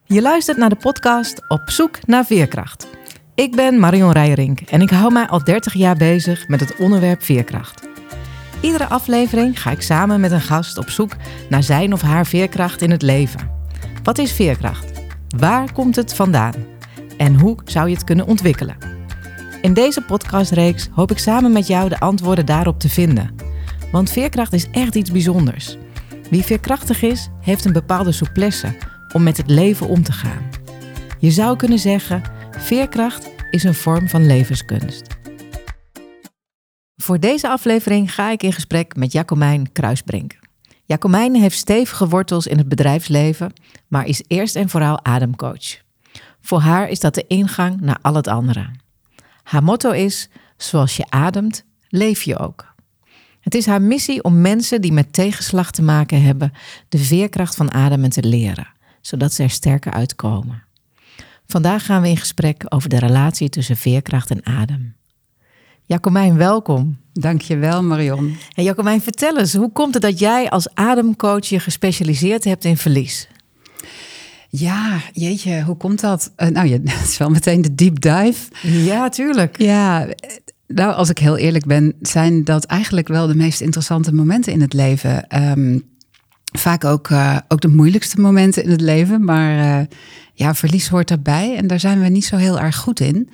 Je luistert naar de podcast Op zoek naar veerkracht. Ik ben Marion Rijrink en ik hou mij al 30 jaar bezig met het onderwerp veerkracht. Iedere aflevering ga ik samen met een gast op zoek naar zijn of haar veerkracht in het leven. Wat is veerkracht? Waar komt het vandaan? En hoe zou je het kunnen ontwikkelen? In deze podcastreeks hoop ik samen met jou de antwoorden daarop te vinden. Want veerkracht is echt iets bijzonders. Wie veerkrachtig is, heeft een bepaalde souplesse om met het leven om te gaan. Je zou kunnen zeggen, veerkracht is een vorm van levenskunst. Voor deze aflevering ga ik in gesprek met Jacomijn Kruisbrink. Jacomijn heeft stevige wortels in het bedrijfsleven, maar is eerst en vooral ademcoach. Voor haar is dat de ingang naar al het andere. Haar motto is, zoals je ademt, leef je ook. Het is haar missie om mensen die met tegenslag te maken hebben de veerkracht van ademen te leren, zodat ze er sterker uitkomen. Vandaag gaan we in gesprek over de relatie tussen veerkracht en adem. Jacomijn, welkom. Dankjewel, Marion. Hey Jacomijn, vertel eens, hoe komt het dat jij als ademcoach je gespecialiseerd hebt in verlies? Ja, jeetje, hoe komt dat? Het is wel meteen de deep dive. Ja, tuurlijk. Ja, nou, als ik heel eerlijk ben, zijn dat eigenlijk wel de meest interessante momenten in het leven. Vaak ook de moeilijkste momenten in het leven. Maar verlies hoort daarbij en daar zijn we niet zo heel erg goed in.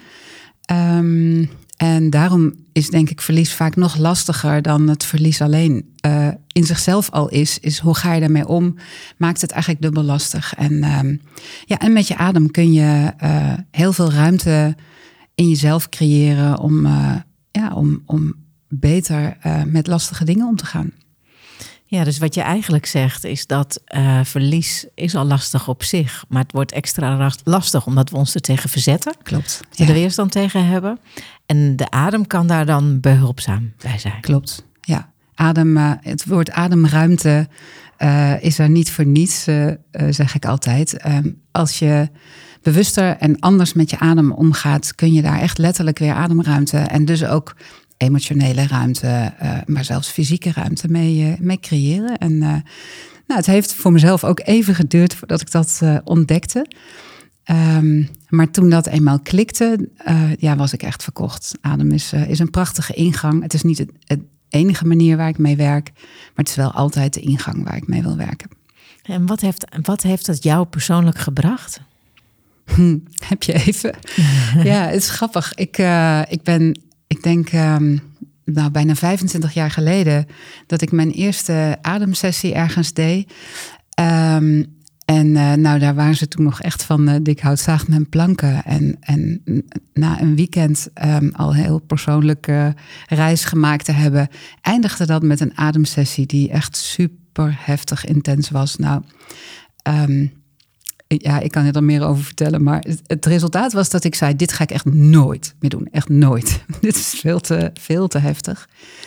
En daarom is denk ik verlies vaak nog lastiger dan het verlies alleen in zichzelf al is hoe ga je daarmee om, maakt het eigenlijk dubbel lastig. En met je adem kun je heel veel ruimte in jezelf creëren om beter met lastige dingen om te gaan. Ja, dus wat je eigenlijk zegt is dat verlies is al lastig op zich. Maar het wordt extra lastig omdat we ons er tegen verzetten. Klopt. We er weerstand tegen hebben. En de adem kan daar dan behulpzaam bij zijn. Klopt, ja. Het woord ademruimte is er niet voor niets, zeg ik altijd. Als je bewuster en anders met je adem omgaat, kun je daar echt letterlijk weer ademruimte en dus ook emotionele ruimte, maar zelfs fysieke ruimte mee creëren. En het heeft voor mezelf ook even geduurd voordat ik dat ontdekte. Maar toen dat eenmaal klikte, was ik echt verkocht. Adem is een prachtige ingang. Het is niet het enige manier waar ik mee werk, maar het is wel altijd de ingang waar ik mee wil werken. En wat heeft dat jou persoonlijk gebracht? Heb je even? Ja, het is grappig. Ik denk bijna 25 jaar geleden dat ik mijn eerste ademsessie ergens deed. Daar waren ze toen nog echt van dik hout zaag met planken. En na een weekend al heel persoonlijke reis gemaakt te hebben, eindigde dat met een ademsessie die echt super heftig intens was. Ik kan er dan meer over vertellen, maar het resultaat was dat ik zei, dit ga ik echt nooit meer doen. Echt nooit. Dit is veel te heftig.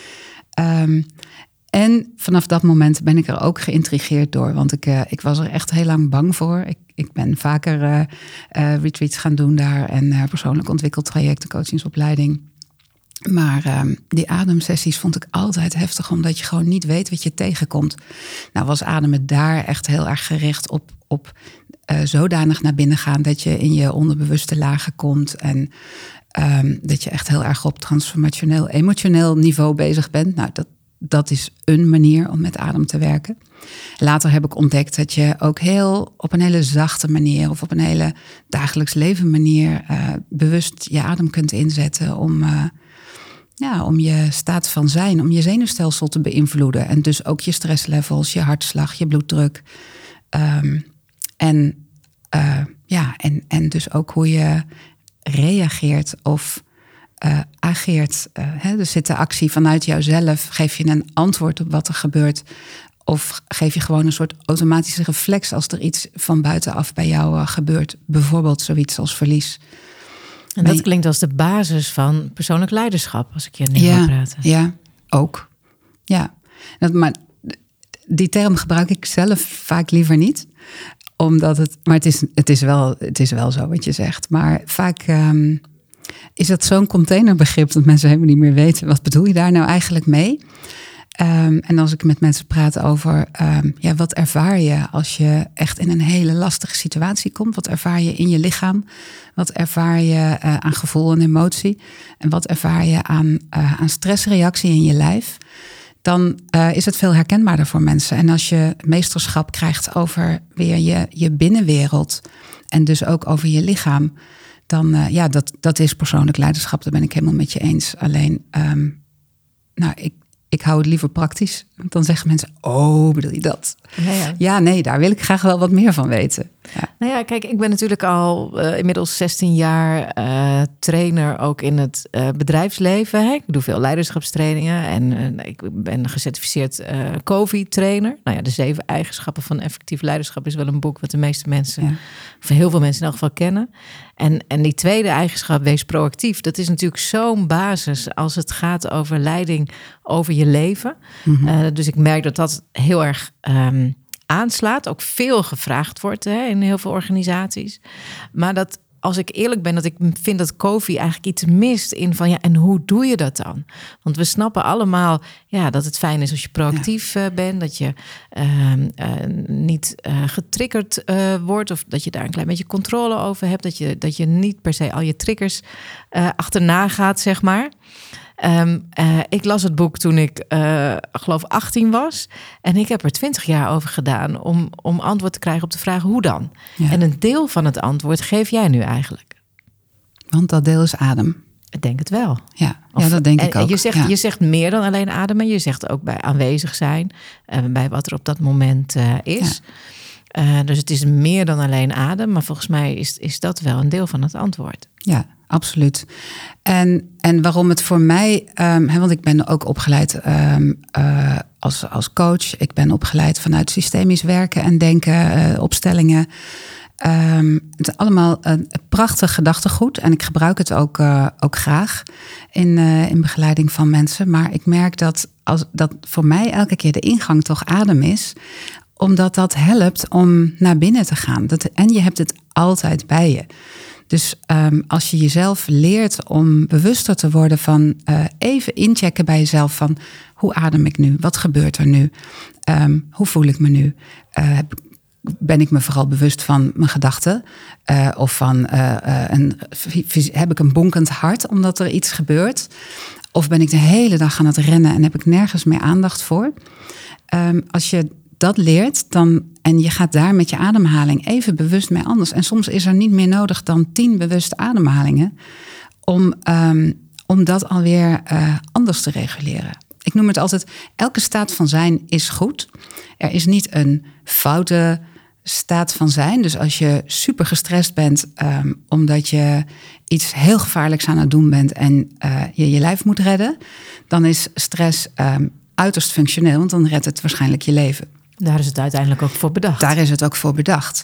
En vanaf dat moment ben ik er ook geïntrigeerd door. Want ik was er echt heel lang bang voor. Ik ben vaker retreats gaan doen daar en persoonlijk ontwikkeltrajecten, coachingsopleiding. Maar die ademsessies vond ik altijd heftig, omdat je gewoon niet weet wat je tegenkomt. Nou was ademen daar echt heel erg gericht op zodanig naar binnen gaan dat je in je onderbewuste lagen komt. En dat je echt heel erg op transformationeel, emotioneel niveau bezig bent. Nou, dat is een manier om met adem te werken. Later heb ik ontdekt dat je ook op een hele zachte manier of op een hele dagelijks leven manier bewust je adem kunt inzetten om je staat van zijn, om je zenuwstelsel te beïnvloeden. En dus ook je stresslevels, je hartslag, je bloeddruk. En dus ook hoe je reageert of ageert. Dus zit de actie vanuit jouzelf, geef je een antwoord op wat er gebeurt, of geef je gewoon een soort automatische reflex als er iets van buitenaf bij jou gebeurt. Bijvoorbeeld zoiets als verlies. En dat klinkt als de basis van persoonlijk leiderschap, als ik je nu hoor praten. Ja, ook. Ja, maar die term gebruik ik zelf vaak liever niet. Maar het is wel zo wat je zegt. Maar vaak is dat zo'n containerbegrip dat mensen helemaal niet meer weten. Wat bedoel je daar nou eigenlijk mee? En als ik met mensen praat over wat ervaar je als je echt in een hele lastige situatie komt? Wat ervaar je in je lichaam? Wat ervaar je aan gevoel en emotie? En wat ervaar je aan stressreactie in je lijf? Dan is het veel herkenbaarder voor mensen. En als je meesterschap krijgt over weer je binnenwereld en dus ook over je lichaam, dan dat is persoonlijk leiderschap. Daar ben ik helemaal met je eens. Alleen, ik hou het liever praktisch. Want dan zeggen mensen, bedoel je dat? Ja, nee, daar wil ik graag wel wat meer van weten. Ja. Nou ja, kijk, ik ben natuurlijk al inmiddels 16 jaar trainer ook in het bedrijfsleven. Hè? Ik doe veel leiderschapstrainingen en ik ben gecertificeerd COVID-trainer. Nou ja, de 7 eigenschappen van effectief leiderschap is wel een boek wat de meeste mensen, of heel veel mensen in elk geval kennen. En die tweede eigenschap, wees proactief. Dat is natuurlijk zo'n basis als het gaat over leiding over je leven. Mm-hmm. Dus ik merk dat heel erg aanslaat. Ook veel gevraagd wordt in heel veel organisaties. Maar dat, als ik eerlijk ben, dat ik vind dat COVID eigenlijk iets mist in van en hoe doe je dat dan? Want we snappen allemaal dat het fijn is als je proactief bent, dat je niet getriggerd wordt of dat je daar een klein beetje controle over hebt, dat je niet per se al je triggers achterna gaat, zeg maar. Ik las het boek toen ik geloof 18 was. En ik heb er 20 jaar over gedaan om antwoord te krijgen op de vraag hoe dan? Ja. En een deel van het antwoord geef jij nu eigenlijk. Want dat deel is adem. Ik denk het wel. Ja, dat denk ik ook. Je zegt meer dan alleen ademen. Je zegt ook bij aanwezig zijn. Bij wat er op dat moment is. Ja. Dus het is meer dan alleen adem. Maar volgens mij is dat wel een deel van het antwoord. Ja, absoluut. En waarom het voor mij, want ik ben ook opgeleid als coach. Ik ben opgeleid vanuit systemisch werken en denken, opstellingen. Het is allemaal een prachtig gedachtegoed. En ik gebruik het ook graag in begeleiding van mensen. Maar ik merk dat voor mij elke keer de ingang toch adem is, omdat dat helpt om naar binnen te gaan. En je hebt het altijd bij je. Dus als je jezelf leert om bewuster te worden van even inchecken bij jezelf van hoe adem ik nu? Wat gebeurt er nu? Hoe voel ik me nu? Ben ik me vooral bewust van mijn gedachten? Of van heb ik een bonkend hart omdat er iets gebeurt? Of ben ik de hele dag aan het rennen en heb ik nergens meer aandacht voor? Als je dat leert, en je gaat daar met je ademhaling even bewust mee anders. En soms is er niet meer nodig dan 10 bewuste ademhalingen om dat alweer anders te reguleren. Ik noem het altijd, elke staat van zijn is goed. Er is niet een foute staat van zijn. Dus als je super gestrest bent omdat je iets heel gevaarlijks aan het doen bent en je lijf moet redden, dan is stress uiterst functioneel, want dan redt het waarschijnlijk je leven. Daar is het uiteindelijk ook voor bedacht. Daar is het ook voor bedacht.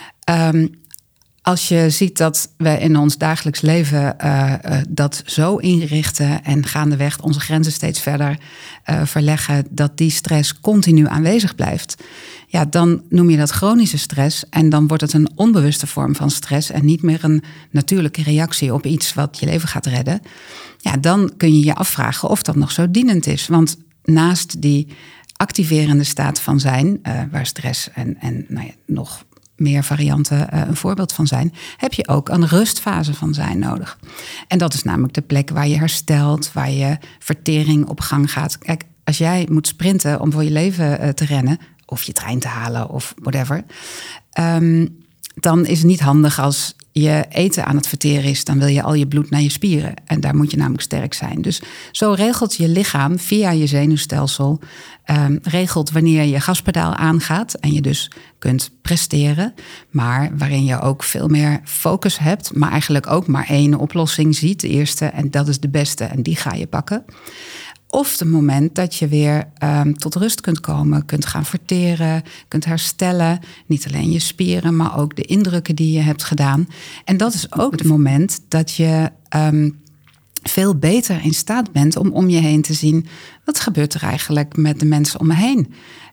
Als je ziet dat we in ons dagelijks leven dat zo inrichten en gaandeweg onze grenzen steeds verder verleggen, dat die stress continu aanwezig blijft, dan noem je dat chronische stress. En dan wordt het een onbewuste vorm van stress en niet meer een natuurlijke reactie op iets wat je leven gaat redden. Ja, dan kun je je afvragen of dat nog zo dienend is. Want naast die activerende staat van zijn, waar stress en nog meer varianten een voorbeeld van zijn, heb je ook een rustfase van zijn nodig. En dat is namelijk de plek waar je herstelt, waar je vertering op gang gaat. Kijk, als jij moet sprinten om voor je leven te rennen, of je trein te halen of whatever, dan is het niet handig als je eten aan het verteren is. Dan wil je al je bloed naar je spieren. En daar moet je namelijk sterk zijn. Dus zo regelt je lichaam via je zenuwstelsel, regelt wanneer je gaspedaal aangaat en je dus kunt presteren, maar waarin je ook veel meer focus hebt, maar eigenlijk ook maar 1 oplossing ziet, de eerste, en dat is de beste en die ga je pakken. Of het moment dat je weer tot rust kunt komen, kunt gaan verteren, kunt herstellen. Niet alleen je spieren, maar ook de indrukken die je hebt gedaan. En dat is ook het moment dat je veel beter in staat bent om je heen te zien, wat gebeurt er eigenlijk met de mensen om me heen?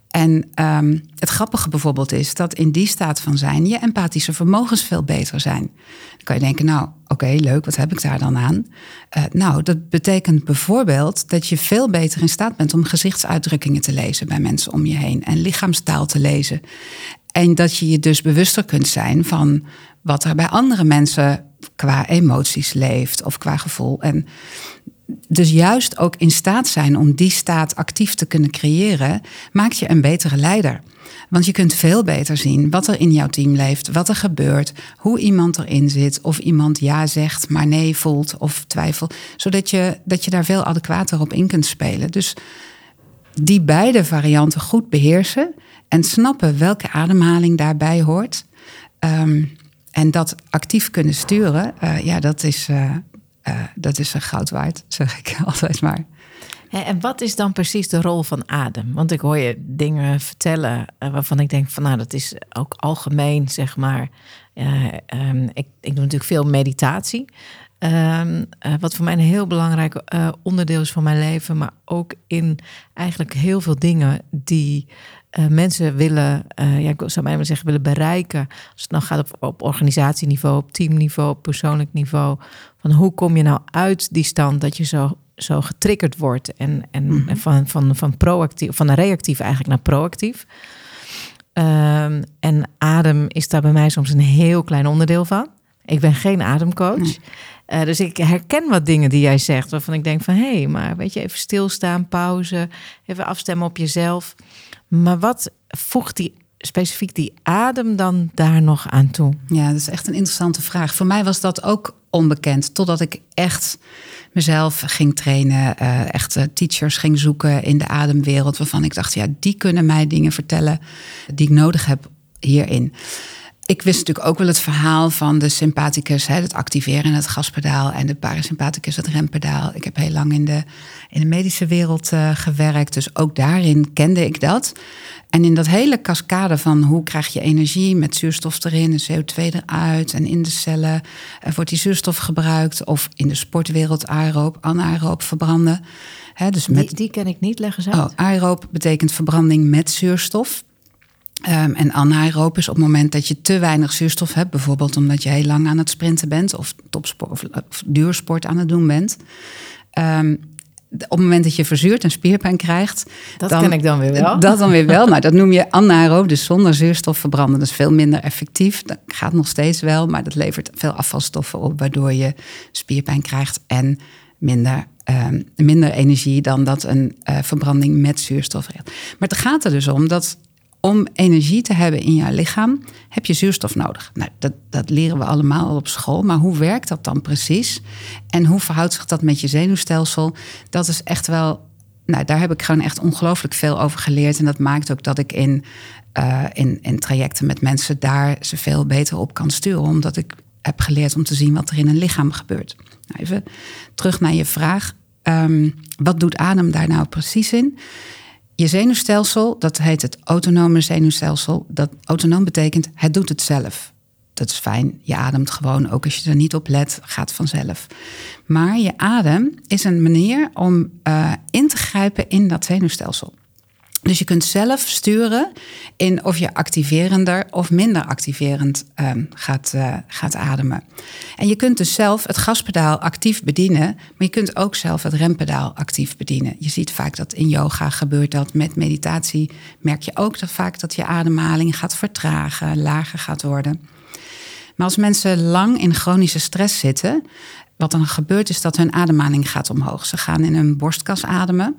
En het grappige bijvoorbeeld is dat in die staat van zijn je empathische vermogens veel beter zijn. Dan kan je denken, nou oké, leuk, wat heb ik daar dan aan? Nou, dat betekent bijvoorbeeld dat je veel beter in staat bent om gezichtsuitdrukkingen te lezen bij mensen om je heen en lichaamstaal te lezen. En dat je je dus bewuster kunt zijn van wat er bij andere mensen qua emoties leeft of qua gevoel. En dus juist ook in staat zijn om die staat actief te kunnen creëren, maakt je een betere leider. Want je kunt veel beter zien wat er in jouw team leeft, wat er gebeurt, hoe iemand erin zit, of iemand ja zegt, maar nee voelt of twijfelt, zodat je daar veel adequater op in kunt spelen. Dus die beide varianten goed beheersen en snappen welke ademhaling daarbij hoort. En dat actief kunnen sturen, dat is een goud waard, zeg ik altijd maar. En wat is dan precies de rol van adem? Want ik hoor je dingen vertellen waarvan ik denk van nou, dat is ook algemeen, zeg maar. Ik doe natuurlijk veel meditatie. Wat voor mij een heel belangrijk onderdeel is van mijn leven, maar ook in eigenlijk heel veel dingen die mensen willen, ik zou bijna zeggen, willen bereiken. Als het nou gaat op organisatieniveau, op teamniveau, op persoonlijk niveau. Van hoe kom je nou uit die stand dat je zo getriggerd wordt en van proactief, van reactief eigenlijk naar proactief. En adem is daar bij mij soms een heel klein onderdeel van. Ik ben geen ademcoach. Nee. Dus ik herken wat dingen die jij zegt, waarvan ik denk van hé, maar weet je, even stilstaan, pauze, even afstemmen op jezelf. Maar wat voegt specifiek die adem dan daar nog aan toe? Ja, dat is echt een interessante vraag. Voor mij was dat ook onbekend, totdat ik echt mezelf ging trainen, echt teachers ging zoeken in de ademwereld, waarvan ik dacht, ja, die kunnen mij dingen vertellen die ik nodig heb hierin. Ik wist natuurlijk ook wel het verhaal van de sympathicus, het activeren en het gaspedaal, en de parasympathicus, het rempedaal. Ik heb heel lang in de medische wereld gewerkt, dus ook daarin kende ik dat. En in dat hele cascade van hoe krijg je energie met zuurstof erin en CO2 eruit en in de cellen wordt die zuurstof gebruikt, of in de sportwereld aeroop, anaeroop verbranden. Dus die ken ik niet, leg eens uit. Aeroop betekent verbranding met zuurstof. En anaeroop is op het moment dat je te weinig zuurstof hebt, bijvoorbeeld omdat je heel lang aan het sprinten bent of topsport of duursport aan het doen bent. Op het moment dat je verzuurt en spierpijn krijgt. Dat ken ik dan weer wel. Dat dan weer wel. Nou, dat noem je anaeroop, dus zonder zuurstof verbranden. Dat is veel minder effectief. Dat gaat nog steeds wel, maar dat levert veel afvalstoffen op, waardoor je spierpijn krijgt en minder energie dan dat een verbranding met zuurstof heeft. Maar het gaat er dus om dat om energie te hebben in jouw lichaam heb je zuurstof nodig. Nou, dat leren we allemaal al op school. Maar hoe werkt dat dan precies? En hoe verhoudt zich dat met je zenuwstelsel? Dat is echt wel... Nou, daar heb ik gewoon echt ongelooflijk veel over geleerd. En dat maakt ook dat ik in trajecten met mensen daar ze veel beter op kan sturen. Omdat ik heb geleerd om te zien wat er in een lichaam gebeurt. Nou, even terug naar je vraag. Wat doet adem daar nou precies in? Je zenuwstelsel, dat heet het autonome zenuwstelsel. Dat autonoom betekent, het doet het zelf. Dat is fijn. Je ademt gewoon, ook als je er niet op let, gaat vanzelf. Maar je adem is een manier om in te grijpen in dat zenuwstelsel. Dus je kunt zelf sturen in of je activerender of minder activerend gaat ademen. En je kunt dus zelf het gaspedaal actief bedienen, maar je kunt ook zelf het rempedaal actief bedienen. Je ziet vaak dat in yoga gebeurt dat. Met meditatie merk je ook vaak dat je ademhaling gaat vertragen, lager gaat worden. Maar als mensen lang in chronische stress zitten, wat dan gebeurt is dat hun ademhaling gaat omhoog. Ze gaan in hun borstkas ademen.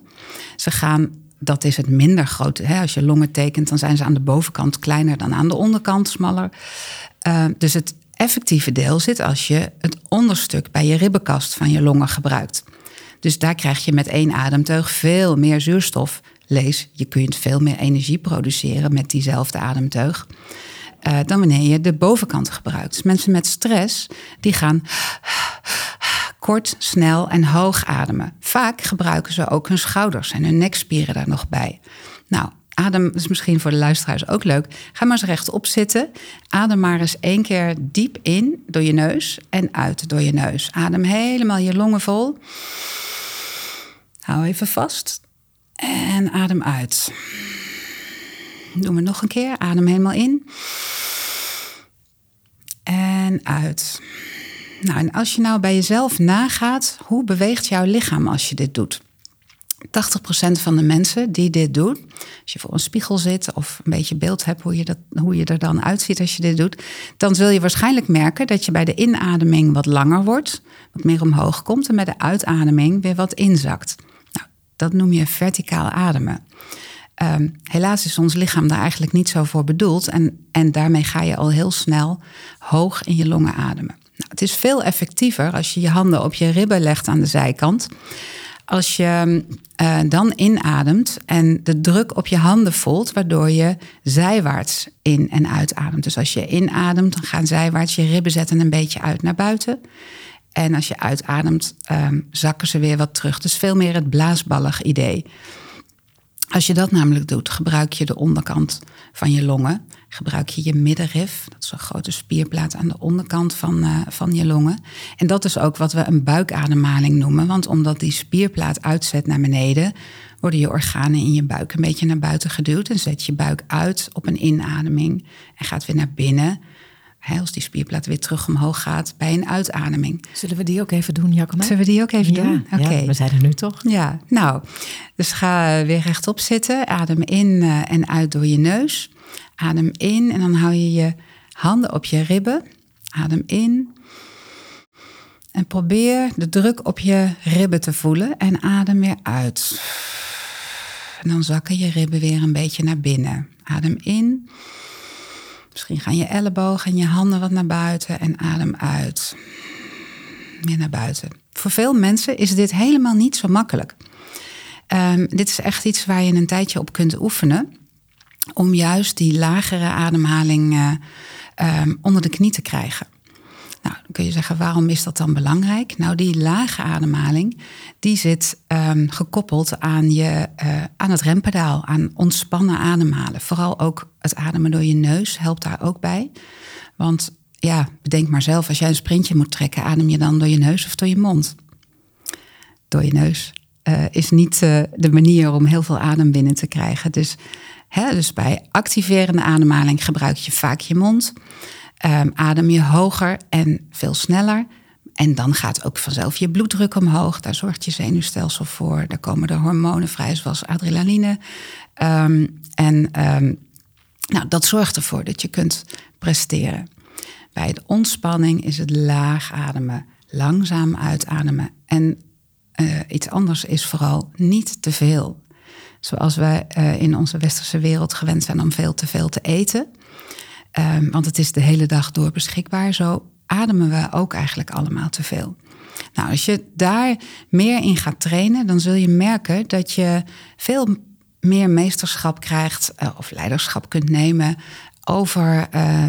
Dat is het minder grote. Als je longen tekent, dan zijn ze aan de bovenkant kleiner dan aan de onderkant, smaller. Dus het effectieve deel zit als je het onderstuk bij je ribbenkast van je longen gebruikt. Dus daar krijg je met 1 ademteug veel meer zuurstof. Lees, je kunt veel meer energie produceren met diezelfde ademteug dan wanneer je de bovenkant gebruikt. Dus mensen met stress, die gaan kort, snel en hoog ademen. Vaak gebruiken ze ook hun schouders en hun nekspieren daar nog bij. Nou, adem is misschien voor de luisteraars ook leuk. Ga maar eens rechtop zitten. Adem maar eens 1 keer diep in door je neus en uit door je neus. Adem helemaal je longen vol. Hou even vast. En adem uit. Doen we nog een keer. Adem helemaal in. En uit. Nou, en als je nou bij jezelf nagaat, hoe beweegt jouw lichaam als je dit doet? 80% van de mensen die dit doet, als je voor een spiegel zit of een beetje beeld hebt hoe je er dan uitziet als je dit doet, dan zul je waarschijnlijk merken dat je bij de inademing wat langer wordt, wat meer omhoog komt en bij de uitademing weer wat inzakt. Nou, dat noem je verticaal ademen. Helaas is ons lichaam daar eigenlijk niet zo voor bedoeld en daarmee ga je al heel snel hoog in je longen ademen. Nou, het is veel effectiever als je je handen op je ribben legt aan de zijkant. Als je dan inademt en de druk op je handen voelt, waardoor je zijwaarts in- en uitademt. Dus als je inademt, dan gaan zijwaarts je ribben zetten een beetje uit naar buiten. En als je uitademt, zakken ze weer wat terug. Dus veel meer het blaasballig idee. Als je dat namelijk doet, gebruik je de onderkant van je longen. Gebruik je je middenrif. Dat is een grote spierplaat aan de onderkant van je longen. En dat is ook wat we een buikademhaling noemen. Want omdat die spierplaat uitzet naar beneden, worden je organen in je buik een beetje naar buiten geduwd. En zet je buik uit op een inademing en gaat weer naar binnen. Als die spierplaat weer terug omhoog gaat bij een uitademing. Zullen we die ook even doen, Jacoma? Zullen we die ook even doen? Oké. Ja, we zijn er nu toch? Ja, nou, dus ga weer rechtop zitten. Adem in en uit door je neus. Adem in en dan hou je je handen op je ribben. Adem in. En probeer de druk op je ribben te voelen. En adem weer uit. En dan zakken je ribben weer een beetje naar binnen. Adem in. Misschien gaan je ellebogen en je handen wat naar buiten en adem uit. Weer naar buiten. Voor veel mensen is dit helemaal niet zo makkelijk. Dit is echt iets waar je een tijdje op kunt oefenen. Om juist die lagere ademhaling onder de knie te krijgen. Nou, dan kun je zeggen, waarom is dat dan belangrijk? Nou, die lage ademhaling, die zit gekoppeld aan het rempedaal, aan ontspannen ademhalen. Vooral ook het ademen door je neus helpt daar ook bij. Want ja, bedenk maar zelf, als jij een sprintje moet trekken, adem je dan door je neus of door je mond? Door je neus is niet de manier om heel veel adem binnen te krijgen. Dus bij activerende ademhaling gebruik je vaak je mond. Adem je hoger en veel sneller. En dan gaat ook vanzelf je bloeddruk omhoog. Daar zorgt je zenuwstelsel voor. Daar komen de hormonen vrij, zoals adrenaline. Nou, dat zorgt ervoor dat je kunt presteren. Bij de ontspanning is het laag ademen, langzaam uitademen. En iets anders is vooral niet te veel. Zoals wij in onze westerse wereld gewend zijn om veel te veel te eten. Want het is de hele dag door beschikbaar. Zo ademen we ook eigenlijk allemaal te veel. Nou, als je daar meer in gaat trainen, dan zul je merken dat je veel meer meesterschap krijgt of leiderschap kunt nemen over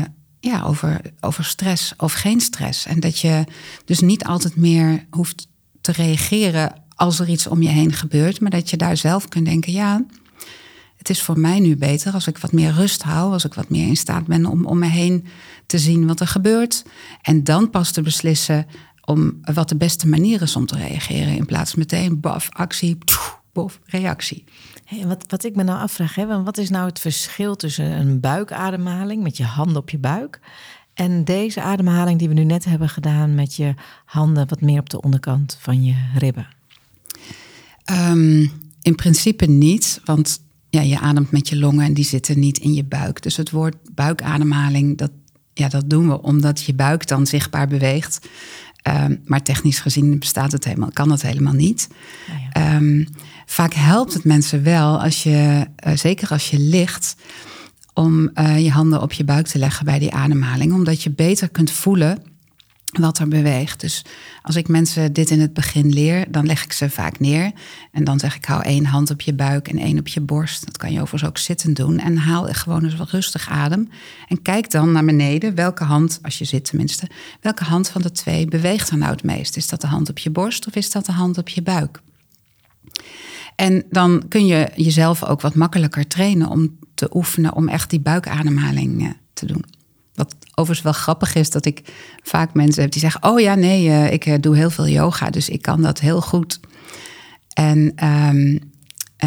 stress of geen stress. En dat je dus niet altijd meer hoeft te reageren als er iets om je heen gebeurt, maar dat je daar zelf kunt denken, ja, het is voor mij nu beter als ik wat meer rust hou, als ik wat meer in staat ben om me heen te zien wat er gebeurt. En dan pas te beslissen om wat de beste manier is om te reageren, in plaats van meteen baf, actie, bof, reactie. Hey, wat ik me nou afvraag, wat is nou het verschil tussen een buikademhaling met je handen op je buik en deze ademhaling die we nu net hebben gedaan met je handen wat meer op de onderkant van je ribben? In principe niet, want ja, je ademt met je longen en die zitten niet in je buik. Dus het woord buikademhaling, dat doen we omdat je buik dan zichtbaar beweegt. Maar technisch gezien kan het helemaal niet. Ja. Vaak helpt het mensen wel, zeker als je ligt, om je handen op je buik te leggen bij die ademhaling. Omdat je beter kunt voelen wat er beweegt. Dus als ik mensen dit in het begin leer, dan leg ik ze vaak neer. En dan zeg ik, hou 1 hand op je buik en 1 op je borst. Dat kan je overigens ook zittend doen. En haal gewoon eens wat rustig adem. En kijk dan naar beneden, welke hand, als je zit tenminste, welke hand van de 2 beweegt er nou het meest? Is dat de hand op je borst of is dat de hand op je buik? En dan kun je jezelf ook wat makkelijker trainen om te oefenen om echt die buikademhaling te doen. Wat overigens wel grappig is, dat ik vaak mensen heb die zeggen, oh ja, nee, ik doe heel veel yoga, dus ik kan dat heel goed. En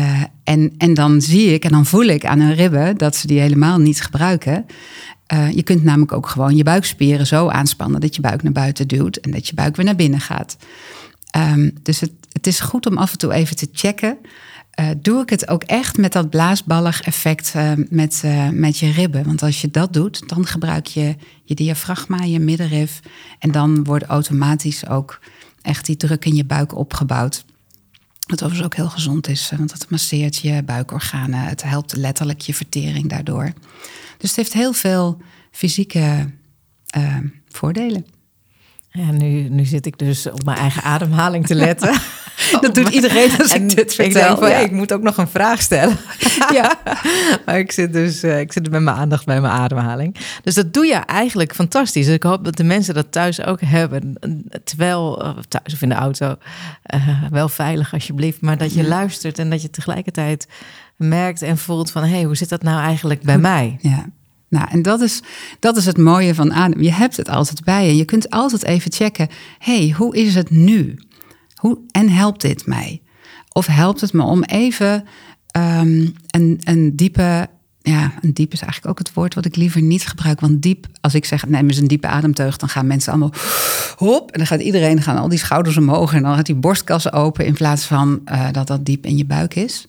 En dan zie ik en dan voel ik aan hun ribben dat ze die helemaal niet gebruiken. Je kunt namelijk ook gewoon je buikspieren zo aanspannen dat je buik naar buiten duwt en dat je buik weer naar binnen gaat. Dus het is goed om af en toe even te checken. Doe ik het ook echt met dat blaasballig effect met je ribben? Want als je dat doet, dan gebruik je je diafragma, je middenrif. En dan wordt automatisch ook echt die druk in je buik opgebouwd. Wat overigens ook heel gezond is, want het masseert je buikorganen. Het helpt letterlijk je vertering daardoor. Dus het heeft heel veel fysieke voordelen. Ja, nu zit ik dus op mijn eigen ademhaling te letten. Dat doet iedereen als ik dit vertel. Ik moet ook nog een vraag stellen. Ja. Maar ik zit met mijn aandacht bij mijn ademhaling. Dus dat doe je eigenlijk fantastisch. Dus ik hoop dat de mensen dat thuis ook hebben. Terwijl, thuis of in de auto, wel veilig alsjeblieft. Maar dat je luistert en dat je tegelijkertijd merkt en voelt van... hé, hoe zit dat nou eigenlijk bij mij? Ja. Nou, en dat is het mooie van adem. Je hebt het altijd bij je. Je kunt altijd even checken. Hé, hoe is het nu? En helpt dit mij? Of helpt het me om even een diepe... Ja, een diep is eigenlijk ook het woord wat ik liever niet gebruik. Want diep, als ik zeg, neem eens een diepe ademteug... dan gaan mensen allemaal hop. En dan gaan al die schouders omhoog... en dan gaat die borstkas open... in plaats van dat diep in je buik is.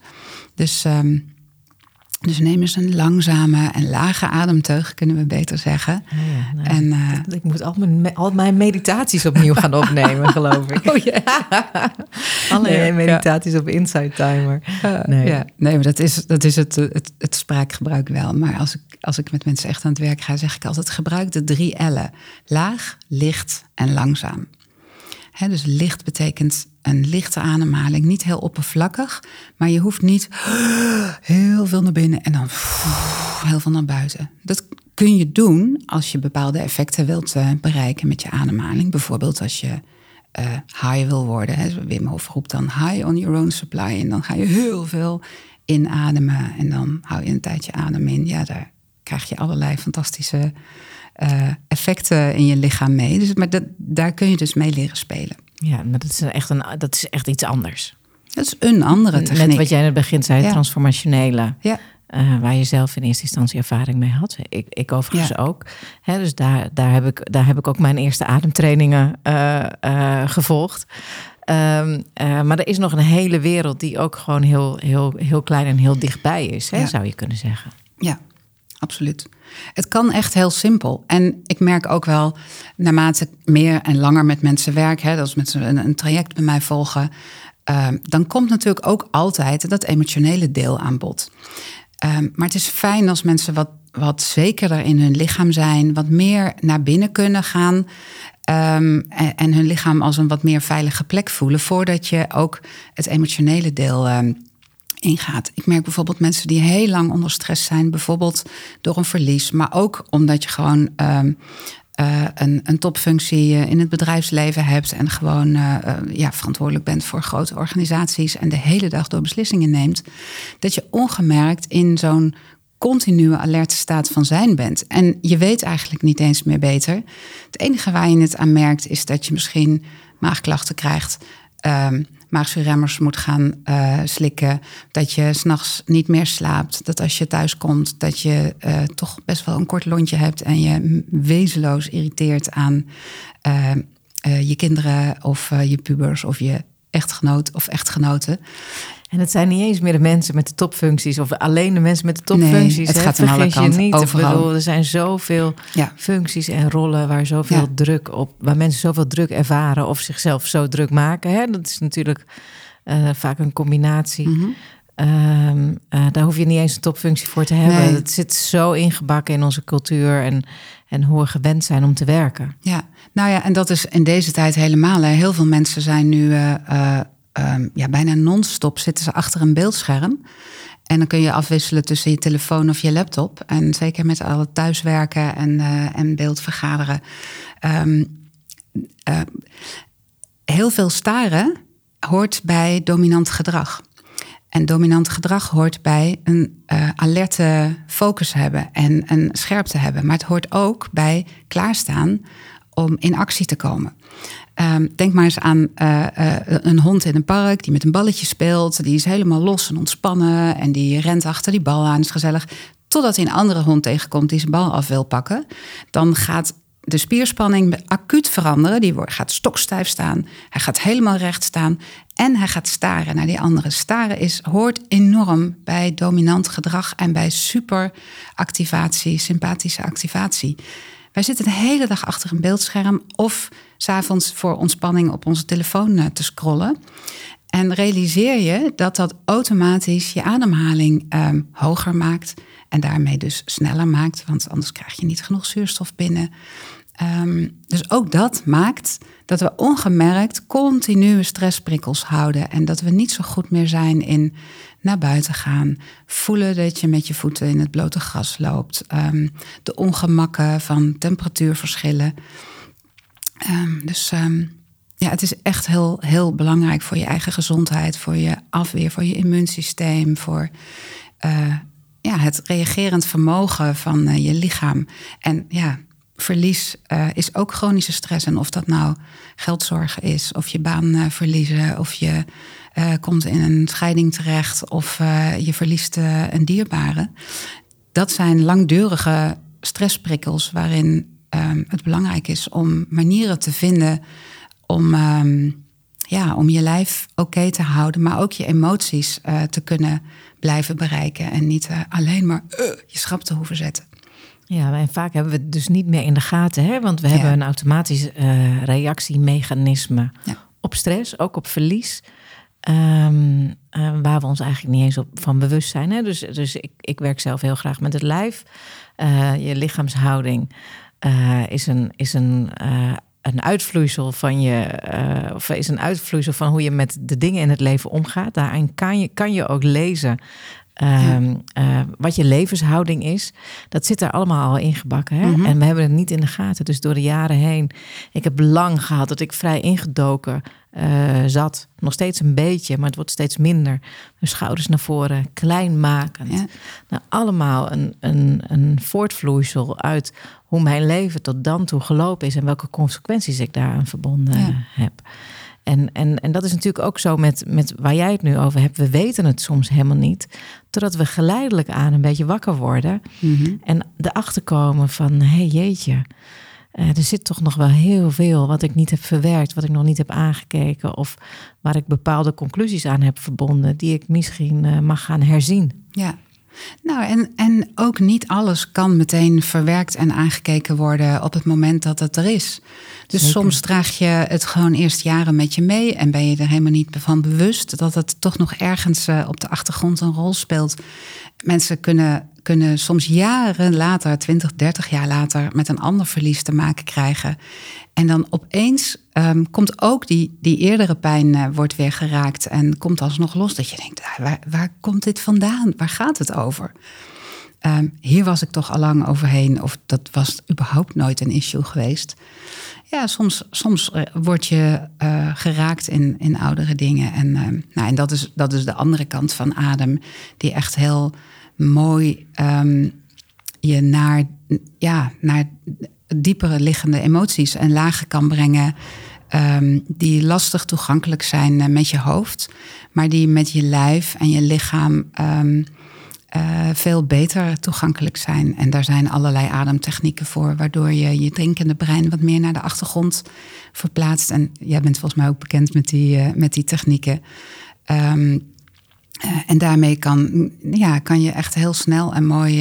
Dus neem eens een langzame en lage ademteug, kunnen we beter zeggen. Ik moet al mijn meditaties opnieuw gaan opnemen, geloof ik. Oh, yeah. Alle meditaties op Insight Timer. Maar dat is het spraakgebruik wel. Maar als ik met mensen echt aan het werk ga, zeg ik altijd... gebruik de 3 L'en. Laag, licht en langzaam. Dus licht betekent een lichte ademhaling. Niet heel oppervlakkig, maar je hoeft niet heel veel naar binnen... en dan heel veel naar buiten. Dat kun je doen als je bepaalde effecten wilt bereiken met je ademhaling. Bijvoorbeeld als je high wil worden. Wim Hof roept dan high on your own supply. En dan ga je heel veel inademen en dan hou je een tijdje adem in. Ja, daar krijg je allerlei fantastische... effecten in je lichaam mee. Dus, maar daar kun je dus mee leren spelen. Ja, maar dat is echt iets anders. Dat is een andere techniek. Net wat jij in het begin zei, transformationele. Ja. Waar je zelf in eerste instantie ervaring mee had. Ik overigens ook. Dus daar heb ik ook mijn eerste ademtrainingen gevolgd. Maar er is nog een hele wereld die ook gewoon heel klein en heel dichtbij is. Zou je kunnen zeggen. Ja. Absoluut. Het kan echt heel simpel. En ik merk ook wel, naarmate ik meer en langer met mensen werk... dat is met een traject bij mij volgen... dan komt natuurlijk ook altijd dat emotionele deel aan bod. Maar het is fijn als mensen wat zekerder in hun lichaam zijn... wat meer naar binnen kunnen gaan... en hun lichaam als een wat meer veilige plek voelen... voordat je ook het emotionele deel... ingaat. Ik merk bijvoorbeeld mensen die heel lang onder stress zijn... bijvoorbeeld door een verlies... maar ook omdat je gewoon een topfunctie in het bedrijfsleven hebt... en gewoon verantwoordelijk bent voor grote organisaties... en de hele dag door beslissingen neemt... dat je ongemerkt in zo'n continue alerte staat van zijn bent. En je weet eigenlijk niet eens meer beter. Het enige waar je het aan merkt... is dat je misschien maagklachten krijgt... maagzuurremmers moet gaan slikken... dat je 's nachts niet meer slaapt... dat als je thuis komt... dat je toch best wel een kort lontje hebt... en je wezenloos irriteert aan je kinderen... of je pubers of je echtgenoot of echtgenoten. En het zijn niet eens meer de mensen met de topfuncties... of alleen de mensen met de topfuncties. Nee, het gaat aan alle kanten, overal. Ik bedoel, er zijn zoveel functies en rollen... waar mensen zoveel druk ervaren... of zichzelf zo druk maken. Dat is natuurlijk vaak een combinatie. Mm-hmm. Daar hoef je niet eens een topfunctie voor te hebben. Nee. Het zit zo ingebakken in onze cultuur... en hoe we gewend zijn om te werken. Ja, nou ja, en dat is in deze tijd helemaal. Heel veel mensen zijn nu... bijna non-stop zitten ze achter een beeldscherm. En dan kun je afwisselen tussen je telefoon of je laptop. En zeker met al het thuiswerken en beeldvergaderen. Heel veel staren hoort bij dominant gedrag. En dominant gedrag hoort bij een alerte focus hebben en een scherpte hebben. Maar het hoort ook bij klaarstaan om in actie te komen. Denk maar eens aan een hond in een park die met een balletje speelt. Die is helemaal los en ontspannen en die rent achter die bal aan, is gezellig. Totdat hij een andere hond tegenkomt die zijn bal af wil pakken. Dan gaat de spierspanning acuut veranderen. Die gaat stokstijf staan. Hij gaat helemaal recht staan. En hij gaat staren naar die andere. Staren hoort enorm bij dominant gedrag en bij superactivatie, sympathische activatie. Wij zitten de hele dag achter een beeldscherm of 's avonds voor ontspanning op onze telefoon te scrollen. En realiseer je dat automatisch je ademhaling hoger maakt. En daarmee dus sneller maakt, want anders krijg je niet genoeg zuurstof binnen. Dus ook dat maakt dat we ongemerkt continue stressprikkels houden. En dat we niet zo goed meer zijn in naar buiten gaan. Voelen dat je met je voeten in het blote gras loopt. De ongemakken van temperatuurverschillen. Ja, het is echt heel, heel belangrijk voor je eigen gezondheid. Voor je afweer, voor je immuunsysteem. Voor het reagerend vermogen van je lichaam. En ja, verlies is ook chronische stress. En of dat nou geldzorgen is, of je baan verliezen, of je komt in een scheiding terecht, of je verliest een dierbare. Dat zijn langdurige stressprikkels waarin het belangrijk is om manieren te vinden om je lijf oké te houden, maar ook je emoties te kunnen blijven bereiken en niet alleen maar je schrap te hoeven zetten. Ja, en vaak hebben we het dus niet meer in de gaten, hè? Want we hebben een automatisch reactiemechanisme op stress, ook op verlies. Waar we ons eigenlijk niet eens van bewust zijn. Hè? Dus ik werk zelf heel graag met het lijf. Je lichaamshouding is een uitvloeisel van is een uitvloeisel van hoe je met de dingen in het leven omgaat. Daarin kan je ook lezen wat je levenshouding is. Dat zit er allemaal al ingebakken. Hè? En we hebben het niet in de gaten. Dus door de jaren heen. Ik heb lang gehad dat ik vrij ingedoken zat. Nog steeds een beetje, maar het wordt steeds minder. Mijn schouders naar voren, klein makend. Ja. Nou, allemaal een voortvloeisel uit hoe mijn leven tot dan toe gelopen is en welke consequenties ik daaraan verbonden heb. En dat is natuurlijk ook zo met waar jij het nu over hebt. We weten het soms helemaal niet. Totdat we geleidelijk aan een beetje wakker worden. En erachter komen van, jeetje. Er zit toch nog wel heel veel wat ik niet heb verwerkt. Wat ik nog niet heb aangekeken. Of waar ik bepaalde conclusies aan heb verbonden. Die ik misschien mag gaan herzien. Ja. Nou, en ook niet alles kan meteen verwerkt en aangekeken worden op het moment dat het er is. Dus zeker. Soms draag je het gewoon eerst jaren met je mee en ben je er helemaal niet van bewust dat het toch nog ergens op de achtergrond een rol speelt. Mensen kunnen soms jaren later, 20, 30 jaar later, met een ander verlies te maken krijgen. En dan opeens komt ook die eerdere pijn wordt weer geraakt en komt alsnog los. Dat je denkt, waar komt dit vandaan? Waar gaat het over? Hier was ik toch al lang overheen. Of dat was überhaupt nooit een issue geweest. Ja, soms word je geraakt in oudere dingen. En dat is de andere kant van adem. Die echt heel mooi je naar diepere liggende emoties en lagen kan brengen. Die lastig toegankelijk zijn met je hoofd. Maar die met je lijf en je lichaam veel beter toegankelijk zijn. En daar zijn allerlei ademtechnieken voor, waardoor je je drinkende brein wat meer naar de achtergrond verplaatst. En jij bent volgens mij ook bekend met die technieken. En daarmee kan je echt heel snel en mooi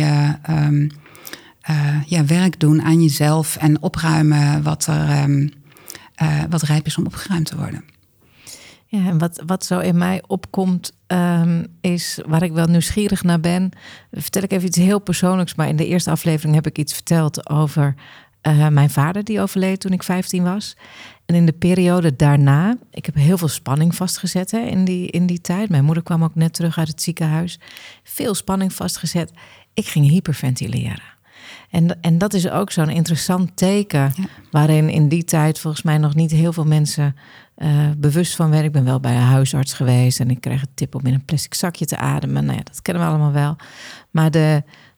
werk doen aan jezelf en opruimen wat rijp is om opgeruimd te worden. Ja, en wat zo in mij opkomt, is waar ik wel nieuwsgierig naar ben. Vertel ik even iets heel persoonlijks, maar in de eerste aflevering heb ik iets verteld over mijn vader die overleed toen ik 15 was. En in de periode daarna, ik heb heel veel spanning vastgezet in die tijd. Mijn moeder kwam ook net terug uit het ziekenhuis. Veel spanning vastgezet. Ik ging hyperventileren. En dat is ook zo'n interessant teken, waarin in die tijd volgens mij nog niet heel veel mensen bewust van werden. Ik ben wel bij een huisarts geweest en ik kreeg een tip om in een plastic zakje te ademen. Nou ja, dat kennen we allemaal wel. Maar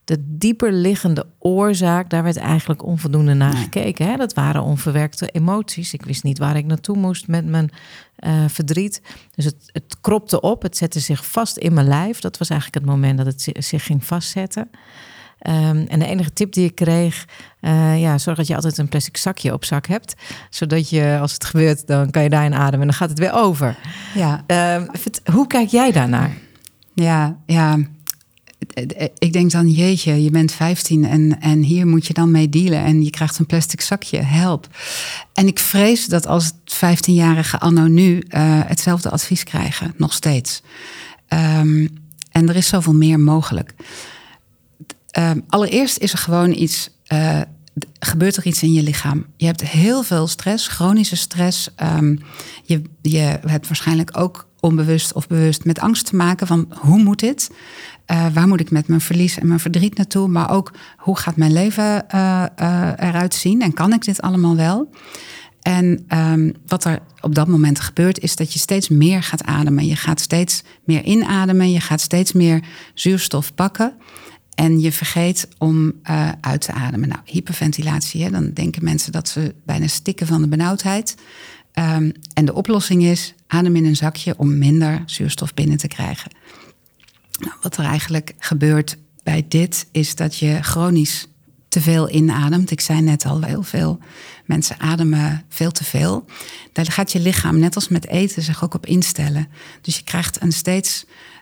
de dieper liggende oorzaak, daar werd eigenlijk onvoldoende naar gekeken. Hè? Dat waren onverwerkte emoties. Ik wist niet waar ik naartoe moest met mijn verdriet. Dus het kropte op, het zette zich vast in mijn lijf. Dat was eigenlijk het moment dat het zich ging vastzetten. En de enige tip die ik kreeg, zorg dat je altijd een plastic zakje op zak hebt. Zodat je, als het gebeurt, dan kan je daarin ademen en dan gaat het weer over. Ja. Hoe kijk jij daarnaar? Ja. Ik denk dan, jeetje, je bent 15 en hier moet je dan mee dealen. En je krijgt een plastic zakje, help. En ik vrees dat als 15-jarige anno nu hetzelfde advies krijgen, nog steeds. En er is zoveel meer mogelijk. Allereerst is er gewoon iets, gebeurt er iets in je lichaam. Je hebt heel veel stress, chronische stress. Je hebt waarschijnlijk ook onbewust of bewust met angst te maken van hoe moet dit? Waar moet ik met mijn verlies en mijn verdriet naartoe? Maar ook hoe gaat mijn leven eruit zien? En kan ik dit allemaal wel? En wat er op dat moment gebeurt is dat je steeds meer gaat ademen. Je gaat steeds meer inademen. Je gaat steeds meer zuurstof pakken. En je vergeet om uit te ademen. Nou, hyperventilatie, hè, dan denken mensen dat ze bijna stikken van de benauwdheid. En de oplossing is adem in een zakje om minder zuurstof binnen te krijgen. Nou, wat er eigenlijk gebeurt bij dit is dat je chronisch te veel inademt. Ik zei net al, heel veel mensen ademen veel te veel. Daar gaat je lichaam, net als met eten, zich ook op instellen. Dus je krijgt een steeds...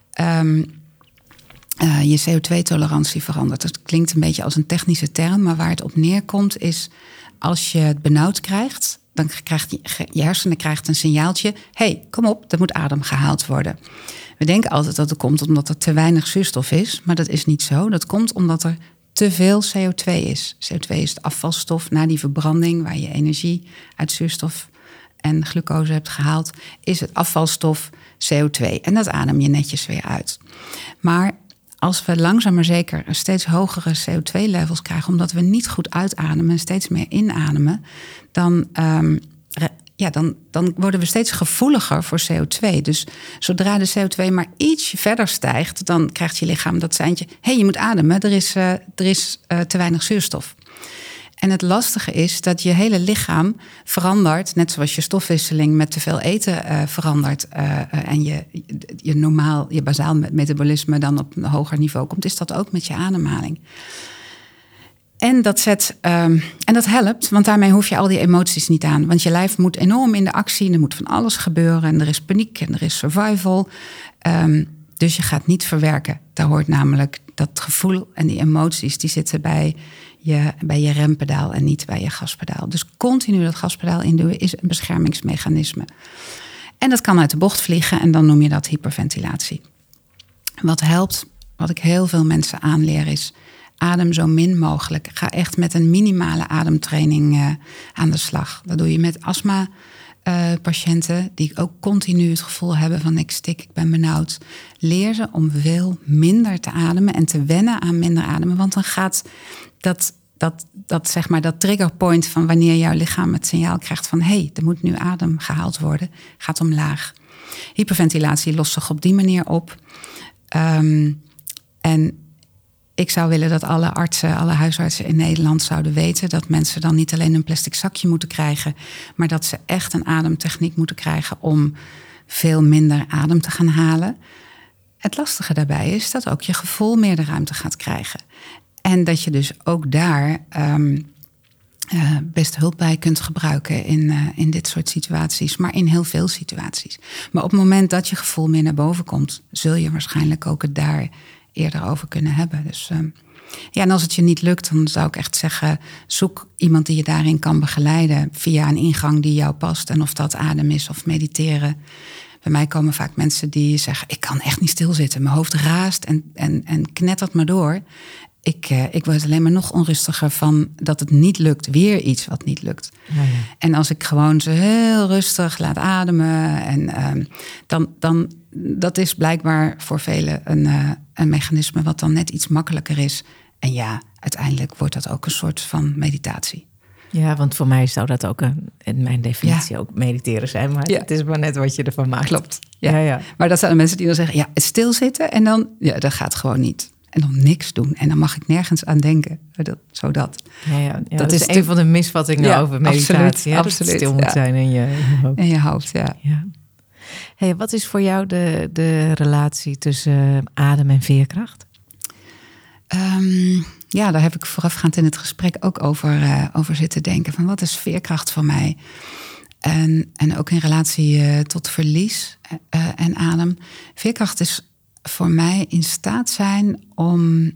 je CO2-tolerantie verandert. Dat klinkt een beetje als een technische term, maar waar het op neerkomt is... als je het benauwd krijgt, dan krijgt je hersenen krijgt een signaaltje... hey, kom op, er moet adem gehaald worden. We denken altijd dat het komt omdat er te weinig zuurstof is, maar dat is niet zo. Dat komt omdat er te veel CO2 is. CO2 is de afvalstof na die verbranding waar je energie uit zuurstof en glucose hebt gehaald, is het afvalstof CO2. En dat adem je netjes weer uit. Maar als we langzaam maar zeker steeds hogere CO2-levels krijgen, omdat we niet goed uitademen en steeds meer inademen, dan worden we steeds gevoeliger voor CO2. Dus zodra de CO2 maar ietsje verder stijgt, dan krijgt je lichaam dat seintje, hey, je moet ademen, er is te weinig zuurstof. En het lastige is dat je hele lichaam verandert, net zoals je stofwisseling met te veel eten verandert en je basaal metabolisme dan op een hoger niveau komt, is dat ook met je ademhaling. En dat helpt, want daarmee hoef je al die emoties niet aan. Want je lijf moet enorm in de actie, er moet van alles gebeuren en er is paniek en er is survival. Dus je gaat niet verwerken. Daar hoort namelijk dat gevoel en die emoties, die zitten bij je rempedaal en niet bij je gaspedaal. Dus continu dat gaspedaal induwen is een beschermingsmechanisme. En dat kan uit de bocht vliegen en dan noem je dat hyperventilatie. Wat helpt, wat ik heel veel mensen aanleer is, adem zo min mogelijk. Ga echt met een minimale ademtraining aan de slag. Dat doe je met astma-patiënten die ook continu het gevoel hebben van ik stik, ik ben benauwd. Leer ze om veel minder te ademen en te wennen aan minder ademen. Want dan gaat dat triggerpoint van wanneer jouw lichaam het signaal krijgt van hey, er moet nu adem gehaald worden, gaat omlaag. Hyperventilatie lost zich op die manier op. En ik zou willen dat alle artsen, alle huisartsen in Nederland zouden weten dat mensen dan niet alleen een plastic zakje moeten krijgen, maar dat ze echt een ademtechniek moeten krijgen om veel minder adem te gaan halen. Het lastige daarbij is dat ook je gevoel meer de ruimte gaat krijgen. En dat je dus ook daar best hulp bij kunt gebruiken in dit soort situaties, maar in heel veel situaties. Maar op het moment dat je gevoel meer naar boven komt, zul je waarschijnlijk ook het daar eerder over kunnen hebben. Dus en als het je niet lukt, dan zou ik echt zeggen, zoek iemand die je daarin kan begeleiden via een ingang die jou past. En of dat adem is of mediteren. Bij mij komen vaak mensen die zeggen, ik kan echt niet stilzitten. Mijn hoofd raast en knettert maar door. Ik word alleen maar nog onrustiger van dat het niet lukt. Weer iets wat niet lukt. Ja. En als ik gewoon ze heel rustig laat ademen. En dan dat is blijkbaar voor velen een mechanisme wat dan net iets makkelijker is. En ja, uiteindelijk wordt dat ook een soort van meditatie. Ja, want voor mij zou dat ook in mijn definitie ook mediteren zijn. Maar het is maar net wat je ervan maakt. Klopt. Ja. Maar dat zijn de mensen die dan zeggen, ja, stilzitten en dan, ja, dat gaat gewoon niet. en dan niks doen. En dan mag ik nergens aan denken. Zodat. Dat is een van de misvattingen over meditatie. Absoluut, dat het stil moet zijn in je hoofd. In je hoofd, ja. Hey, wat is voor jou de relatie tussen adem en veerkracht? Daar heb ik voorafgaand in het gesprek ook over zitten denken. Van wat is veerkracht voor mij? En ook in relatie tot verlies en adem. Veerkracht is voor mij in staat zijn om...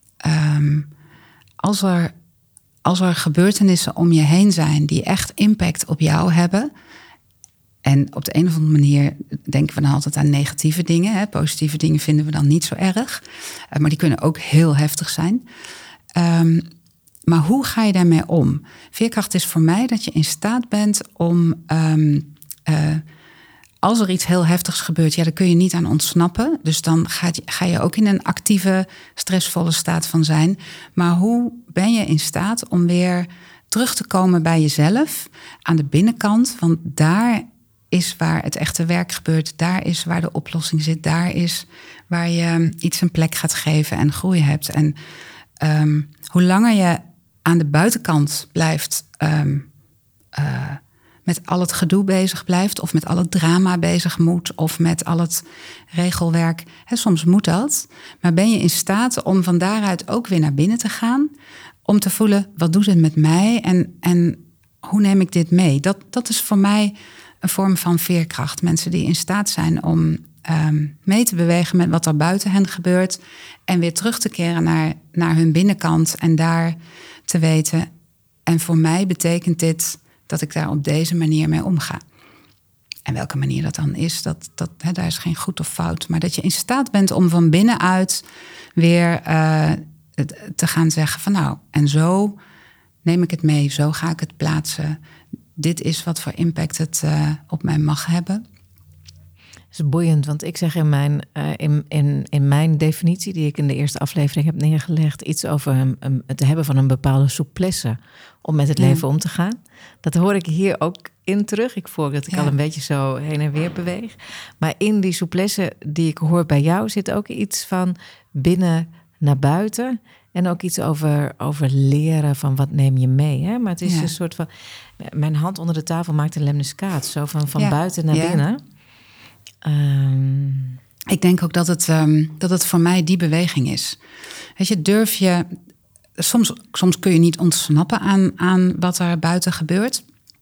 Als er gebeurtenissen om je heen zijn die echt impact op jou hebben... En op de een of andere manier denken we dan altijd aan negatieve dingen. Hè? Positieve dingen vinden we dan niet zo erg. Maar die kunnen ook heel heftig zijn. Maar hoe ga je daarmee om? Veerkracht is voor mij dat je in staat bent om... als er iets heel heftigs gebeurt, daar kun je niet aan ontsnappen. Dus dan ga je ook in een actieve, stressvolle staat van zijn. Maar hoe ben je in staat om weer terug te komen bij jezelf aan de binnenkant? Want daar is waar het echte werk gebeurt. Daar is waar de oplossing zit. Daar is waar je iets een plek gaat geven en groei hebt. En hoe langer je aan de buitenkant blijft... met al het gedoe bezig blijft... of met al het drama bezig moet... of met al het regelwerk. Soms moet dat. Maar ben je in staat om van daaruit ook weer naar binnen te gaan... om te voelen, wat doet het met mij... en hoe neem ik dit mee? Dat is voor mij een vorm van veerkracht. Mensen die in staat zijn om mee te bewegen... met wat er buiten hen gebeurt... en weer terug te keren naar hun binnenkant... en daar te weten... en voor mij betekent dit... dat ik daar op deze manier mee omga. En welke manier dat dan is, daar is geen goed of fout. Maar dat je in staat bent om van binnenuit weer te gaan zeggen van nou, en zo neem ik het mee, zo ga ik het plaatsen. Dit is wat voor impact het op mij mag hebben. Dat is boeiend, want ik zeg in mijn definitie... die ik in de eerste aflevering heb neergelegd... iets over het hebben van een bepaalde souplesse... om met het leven om te gaan. Dat hoor ik hier ook in terug. Ik voel dat ik al een beetje zo heen en weer beweeg. Maar in die souplesse die ik hoor bij jou... zit ook iets van binnen naar buiten... en ook iets over leren van wat neem je mee. Hè? Maar het is een soort van... Mijn hand onder de tafel maakt een lemniscaat. Zo van buiten naar binnen... Ik denk ook dat het voor mij die beweging is. Weet je, durf je... Soms kun je niet ontsnappen aan wat er buiten gebeurt.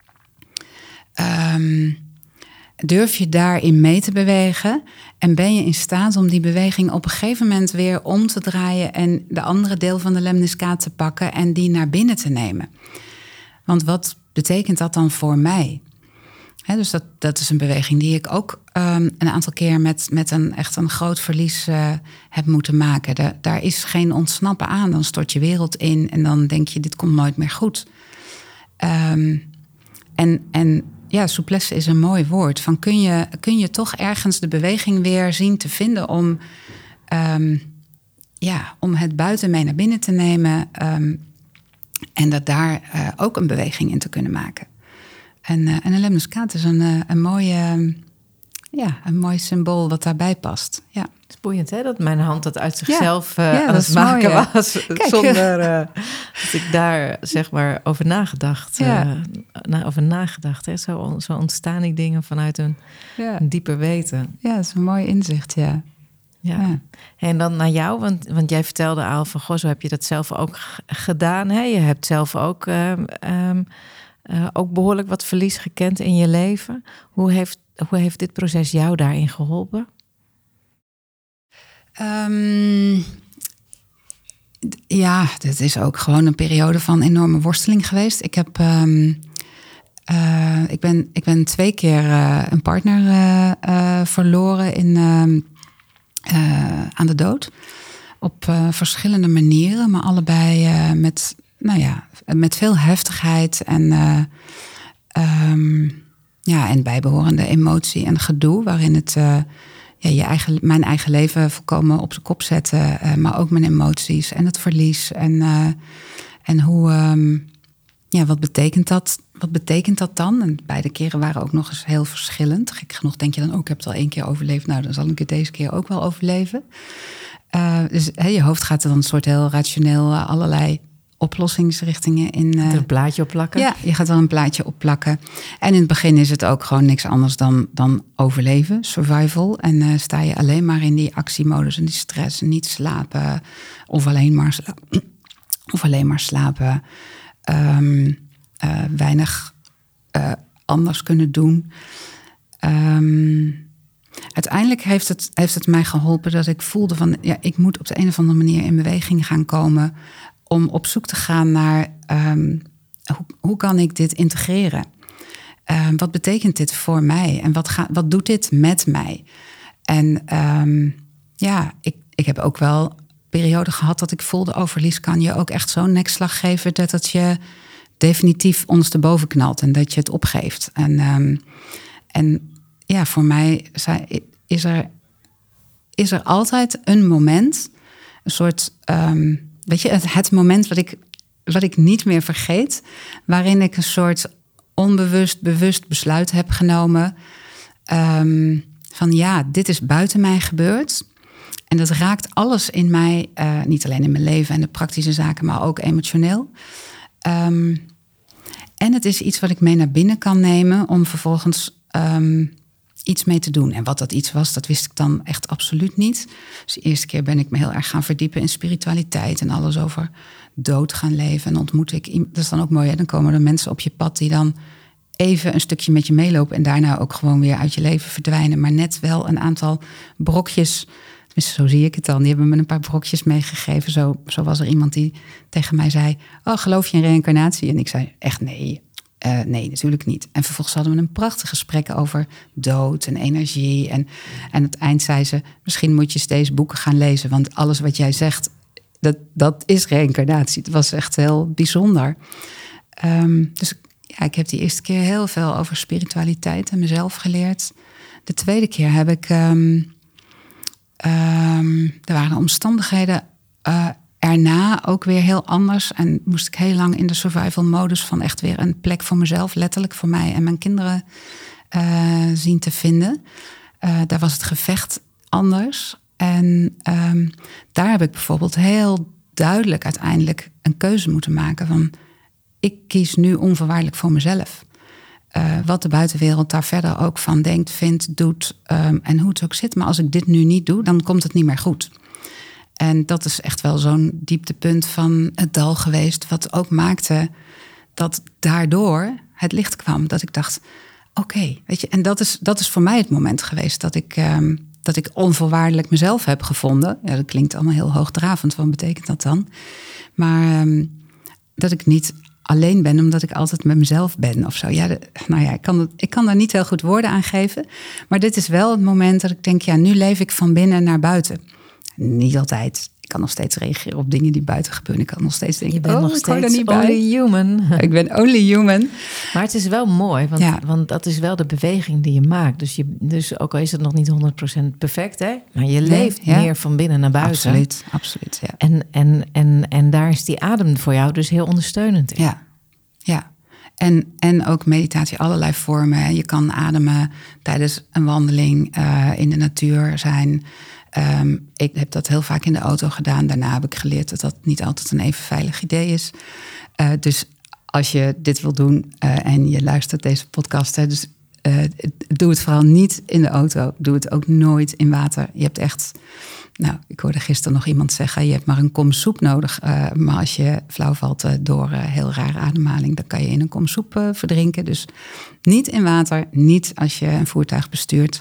Durf je daarin mee te bewegen... en ben je in staat om die beweging op een gegeven moment weer om te draaien... en de andere deel van de lemniscaat te pakken en die naar binnen te nemen. Want wat betekent dat dan voor mij... Dus dat is een beweging die ik ook een aantal keer met een groot verlies heb moeten maken. Daar is geen ontsnappen aan. Dan stort je wereld in en dan denk je, dit komt nooit meer goed. Souplesse is een mooi woord. Van kun je toch ergens de beweging weer zien te vinden om het buiten mee naar binnen te nemen. En dat daar ook een beweging in te kunnen maken. En een lemniscaat is een mooi symbool wat daarbij past. Ja. Het is boeiend, hè? Dat mijn hand dat uit zichzelf aan het maken mooi, was. Kijk, zonder dat ik daar zeg maar over nagedacht. Hè? Zo ontstaan die dingen vanuit een dieper weten. Ja, dat is een mooi inzicht, ja. En dan naar jou, want jij vertelde al van... Goh, zo heb je dat zelf ook gedaan. Hè? Je hebt zelf ook... ook behoorlijk wat verlies gekend in je leven. Hoe heeft dit proces jou daarin geholpen? Dit is ook gewoon een periode van enorme worsteling geweest. Ik ben 2 keer een partner verloren aan de dood. Op verschillende manieren, maar allebei met veel heftigheid en bijbehorende emotie en gedoe, waarin het mijn eigen leven volkomen op zijn kop zette, maar ook mijn emoties en het verlies en hoe, wat betekent dat? Wat betekent dat dan? En beide keren waren ook nog eens heel verschillend. Gek genoeg denk je dan ook, ik heb het al 1 keer overleefd, nou dan zal ik het deze keer ook wel overleven. Dus je hoofd gaat er dan een soort heel rationeel allerlei oplossingsrichtingen in. Er een plaatje op plakken? Ja, je gaat er een plaatje op plakken. En in het begin is het ook gewoon niks anders dan overleven, survival. En sta je alleen maar in die actiemodus en die stress en niet slapen. Of alleen maar slapen. Weinig anders kunnen doen. Uiteindelijk heeft het mij geholpen dat ik voelde van... ja, ik moet op de een of andere manier in beweging gaan komen... om op zoek te gaan naar hoe kan ik dit integreren? Wat betekent dit voor mij? En wat doet dit met mij? En ik heb ook wel perioden gehad dat ik voelde... verlies kan je ook echt zo'n nekslag geven... dat het je definitief ondersteboven knalt en dat je het opgeeft. En voor mij is er altijd een moment... een soort... het moment wat ik niet meer vergeet... waarin ik een soort bewust besluit heb genomen... van ja, dit is buiten mij gebeurd... en dat raakt alles in mij... niet alleen in mijn leven en de praktische zaken... maar ook emotioneel. En het is iets wat ik mee naar binnen kan nemen... om vervolgens iets mee te doen. En wat dat iets was, dat wist ik dan echt absoluut niet. Dus de eerste keer ben ik me heel erg gaan verdiepen in spiritualiteit... en alles over dood gaan leven. En ontmoet ik... Dat is dan ook mooi, hè? Dan komen er mensen op je pad die dan even een stukje met je meelopen... en daarna ook gewoon weer uit je leven verdwijnen. Maar net wel een aantal brokjes... Tenminste, zo zie ik het dan. Die hebben me een paar brokjes meegegeven. Zo was er iemand die tegen mij zei... oh, geloof je in reïncarnatie? En ik zei echt nee... nee, natuurlijk niet. En vervolgens hadden we een prachtig gesprek over dood en energie. En aan het eind zei ze... misschien moet je steeds boeken gaan lezen... want alles wat jij zegt, dat is reïncarnatie. Het was echt heel bijzonder. Dus ja, ik heb die eerste keer heel veel over spiritualiteit... en mezelf geleerd. De tweede keer heb ik... er waren omstandigheden... erna ook weer heel anders. En moest ik heel lang in de survival modus... van echt weer een plek voor mezelf... letterlijk voor mij en mijn kinderen zien te vinden. Daar was het gevecht anders. En daar heb ik bijvoorbeeld heel duidelijk... uiteindelijk een keuze moeten maken van... ik kies nu onvoorwaardelijk voor mezelf. Wat de buitenwereld daar verder ook van denkt, vindt, doet... en hoe het ook zit. Maar als ik dit nu niet doe, dan komt het niet meer goed... En dat is echt wel zo'n dieptepunt van het dal geweest... wat ook maakte dat daardoor het licht kwam. Dat ik dacht, oké, weet je... En dat is voor mij het moment geweest dat ik onvoorwaardelijk mezelf heb gevonden. Ja, dat klinkt allemaal heel hoogdravend. Wat betekent dat dan? Maar dat ik niet alleen ben omdat ik altijd met mezelf ben of zo. Ja, ik kan daar niet heel goed woorden aan geven. Maar dit is wel het moment dat ik denk... ja, nu leef ik van binnen naar buiten... Niet altijd. Ik kan nog steeds reageren op dingen die buiten gebeuren. Ik kan nog steeds denken, je bent nog steeds only human. Ik ben only human. Maar het is wel mooi, want dat is wel de beweging die je maakt. Dus ook al is het nog niet 100% perfect, hè? Maar je leeft meer van binnen naar buiten. Absoluut. Ja. En daar is die adem voor jou dus heel ondersteunend in. Ja. En ook meditatie, allerlei vormen. Je kan ademen tijdens een wandeling in de natuur zijn... Ik heb dat heel vaak in de auto gedaan. Daarna heb ik geleerd dat dat niet altijd een even veilig idee is. Dus als je dit wil doen en je luistert deze podcast... doe het vooral niet in de auto. Doe het ook nooit in water. Je hebt echt... Nou, ik hoorde gisteren nog iemand zeggen... je hebt maar een kom soep nodig. Maar als je flauw valt door heel rare ademhaling... dan kan je in een kom soep verdrinken. Dus niet in water. Niet als je een voertuig bestuurt...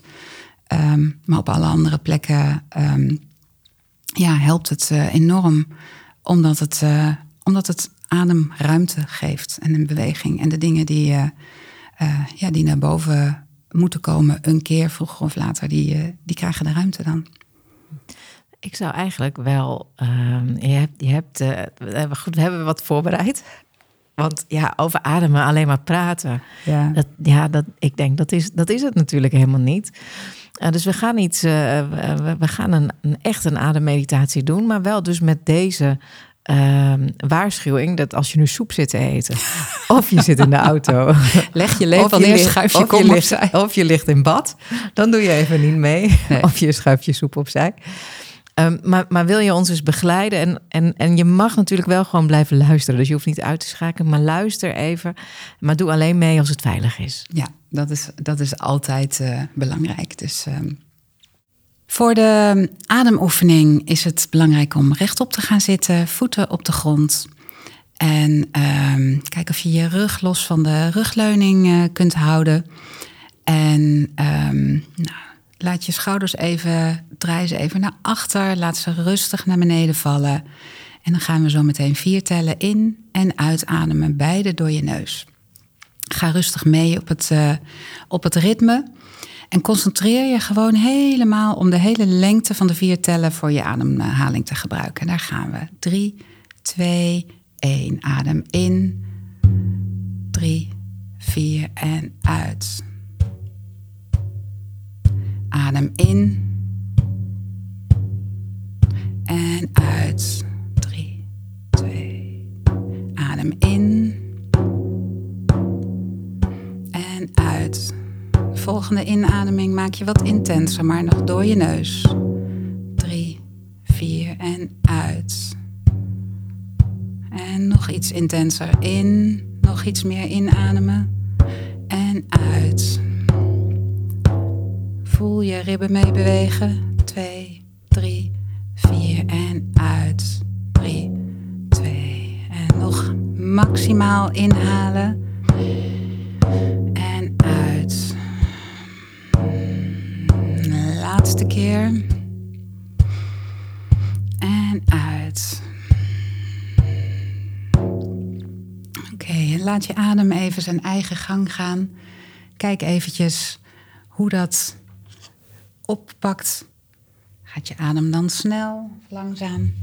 maar op alle andere plekken helpt het enorm. Omdat het ademruimte geeft en een beweging. En de dingen die naar boven moeten komen... een keer vroeger of later, die krijgen de ruimte dan. Ik zou eigenlijk wel... we hebben wat voorbereid... Want ja, over ademen, alleen maar praten. Ja. Ik denk, dat is het natuurlijk helemaal niet. Dus we gaan we gaan een ademmeditatie doen. Maar wel dus met deze waarschuwing... dat als je nu soep zit te eten... of je zit in de auto... leg je leven neer, schuif je kom opzij. Of je ligt in bad, dan doe je even niet mee. Nee. Of je schuift je soep opzij. Maar wil je ons dus begeleiden? En je mag natuurlijk wel gewoon blijven luisteren. Dus je hoeft niet uit te schakelen, maar luister even. Maar doe alleen mee als het veilig is. Ja, dat is altijd belangrijk. Dus voor de ademoefening is het belangrijk om rechtop te gaan zitten. Voeten op de grond. En kijk of je je rug los van de rugleuning kunt houden. En laat je schouders draai ze even naar achter. Laat ze rustig naar beneden vallen. En dan gaan we zo meteen 4 tellen in- en uitademen. Beide door je neus. Ga rustig mee op het ritme. En concentreer je gewoon helemaal om de hele lengte van de 4 tellen voor je ademhaling te gebruiken. En daar gaan we. 3, 2, 1. Adem in. 3, 4 en uit. Adem in. En uit. 3, 2. Adem in. En uit. De volgende inademing maak je wat intenser, maar nog door je neus. 3, 4 en uit. En nog iets intenser in. Nog iets meer inademen. En uit. Voel je ribben meebewegen. 2, 3, 4 en uit. 3, 2. En nog maximaal inhalen. En uit. Laatste keer. En uit. Oké, en laat je adem even zijn eigen gang gaan. Kijk eventjes hoe dat oppakt. Gaat je adem dan snel, langzaam?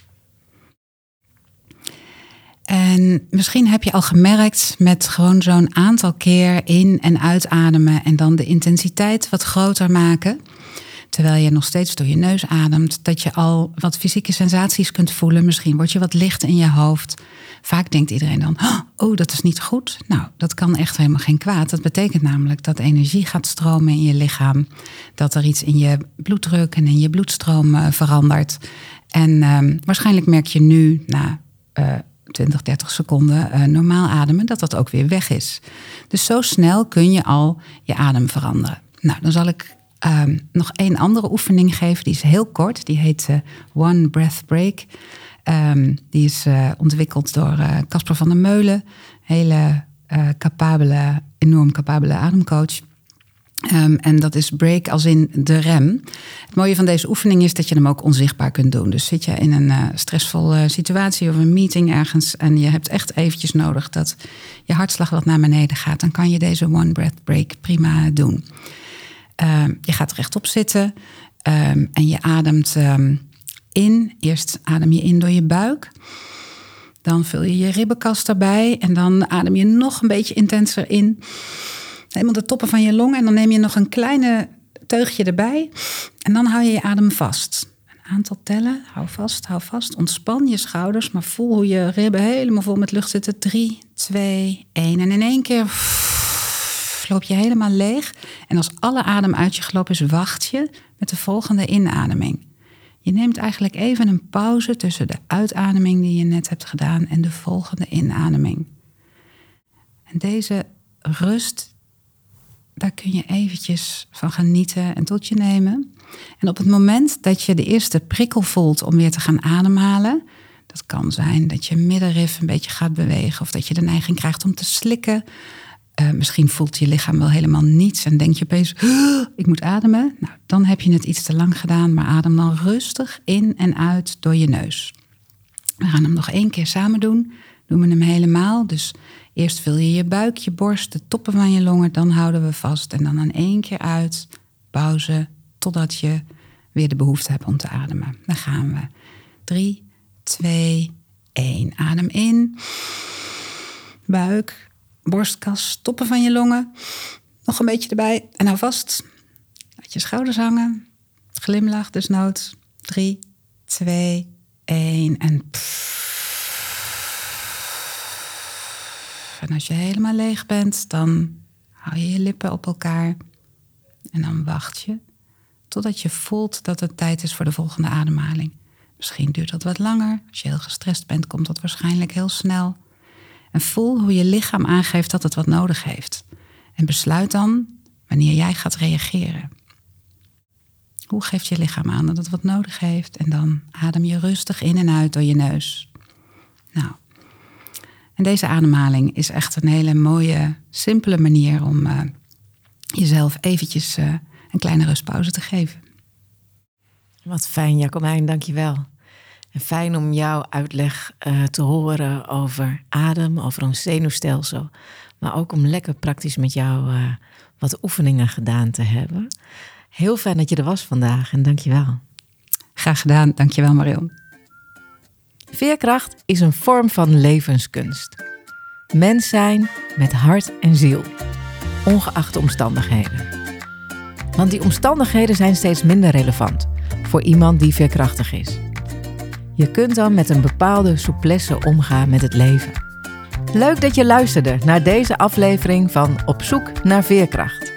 En misschien heb je al gemerkt met gewoon zo'n aantal keer in- en uitademen en dan de intensiteit wat groter maken, terwijl je nog steeds door je neus ademt, dat je al wat fysieke sensaties kunt voelen. Misschien word je wat licht in je hoofd. Vaak denkt iedereen dan, oh, dat is niet goed. Nou, dat kan echt helemaal geen kwaad. Dat betekent namelijk dat energie gaat stromen in je lichaam. Dat er iets in je bloeddruk en in je bloedstroom verandert. En waarschijnlijk merk je nu na 20, 30 seconden normaal ademen, dat ook weer weg is. Dus zo snel kun je al je adem veranderen. Nou, dan zal ik nog 1 andere oefening geven. Die is heel kort. Die heet One Breath Break. Die is ontwikkeld door Casper van der Meulen. Hele enorm capabele ademcoach. En dat is break als in de rem. Het mooie van deze oefening is dat je hem ook onzichtbaar kunt doen. Dus zit je in een stressvolle situatie of een meeting ergens en je hebt echt eventjes nodig dat je hartslag wat naar beneden gaat, dan kan je deze One Breath Break prima doen. Je gaat rechtop zitten en je ademt in. Eerst adem je in door je buik. Dan vul je je ribbenkast erbij en dan adem je nog een beetje intenser in. Helemaal de toppen van je longen. En dan neem je nog een kleine teugje erbij. En dan hou je je adem vast. Een aantal tellen. Hou vast. Ontspan je schouders. Maar voel hoe je ribben helemaal vol met lucht zitten. 3, 2, 1. En in één keer loop je helemaal leeg. En als alle adem uit je gelopen is, wacht je met de volgende inademing. Je neemt eigenlijk even een pauze tussen de uitademing die je net hebt gedaan en de volgende inademing. En deze rust, daar kun je eventjes van genieten en tot je nemen. En op het moment dat je de eerste prikkel voelt om weer te gaan ademhalen, dat kan zijn dat je middenrif een beetje gaat bewegen of dat je de neiging krijgt om te slikken. Misschien voelt je lichaam wel helemaal niets en denk je opeens, ik moet ademen. Nou, dan heb je het iets te lang gedaan, maar adem dan rustig in en uit door je neus. We gaan hem nog 1 keer samen doen. Doen we hem helemaal. Dus eerst vul je je buik, je borst, de toppen van je longen. Dan houden we vast en dan in 1 keer uit. Pauze, totdat je weer de behoefte hebt om te ademen. Dan gaan we. 3, 2, 1. Adem in. Buik, borstkas, toppen van je longen. Nog een beetje erbij. En hou vast. Laat je schouders hangen. Glimlach desnoods. 3, 2, 1. En En als je helemaal leeg bent, dan hou je je lippen op elkaar. En dan wacht je totdat je voelt dat het tijd is voor de volgende ademhaling. Misschien duurt dat wat langer. Als je heel gestrest bent, komt dat waarschijnlijk heel snel. En voel hoe je lichaam aangeeft dat het wat nodig heeft. En besluit dan wanneer jij gaat reageren. Hoe geeft je lichaam aan dat het wat nodig heeft? En dan adem je rustig in en uit door je neus. Nou, en deze ademhaling is echt een hele mooie, simpele manier om jezelf eventjes een kleine rustpauze te geven. Wat fijn, Jacomijn, dankjewel. En fijn om jouw uitleg te horen over adem, over ons zenuwstelsel. Maar ook om lekker praktisch met jou wat oefeningen gedaan te hebben. Heel fijn dat je er was vandaag en dankjewel. Graag gedaan, dankjewel Marion. Veerkracht is een vorm van levenskunst. Mens zijn met hart en ziel, ongeacht de omstandigheden. Want die omstandigheden zijn steeds minder relevant voor iemand die veerkrachtig is. Je kunt dan met een bepaalde souplesse omgaan met het leven. Leuk dat je luisterde naar deze aflevering van Op zoek naar veerkracht.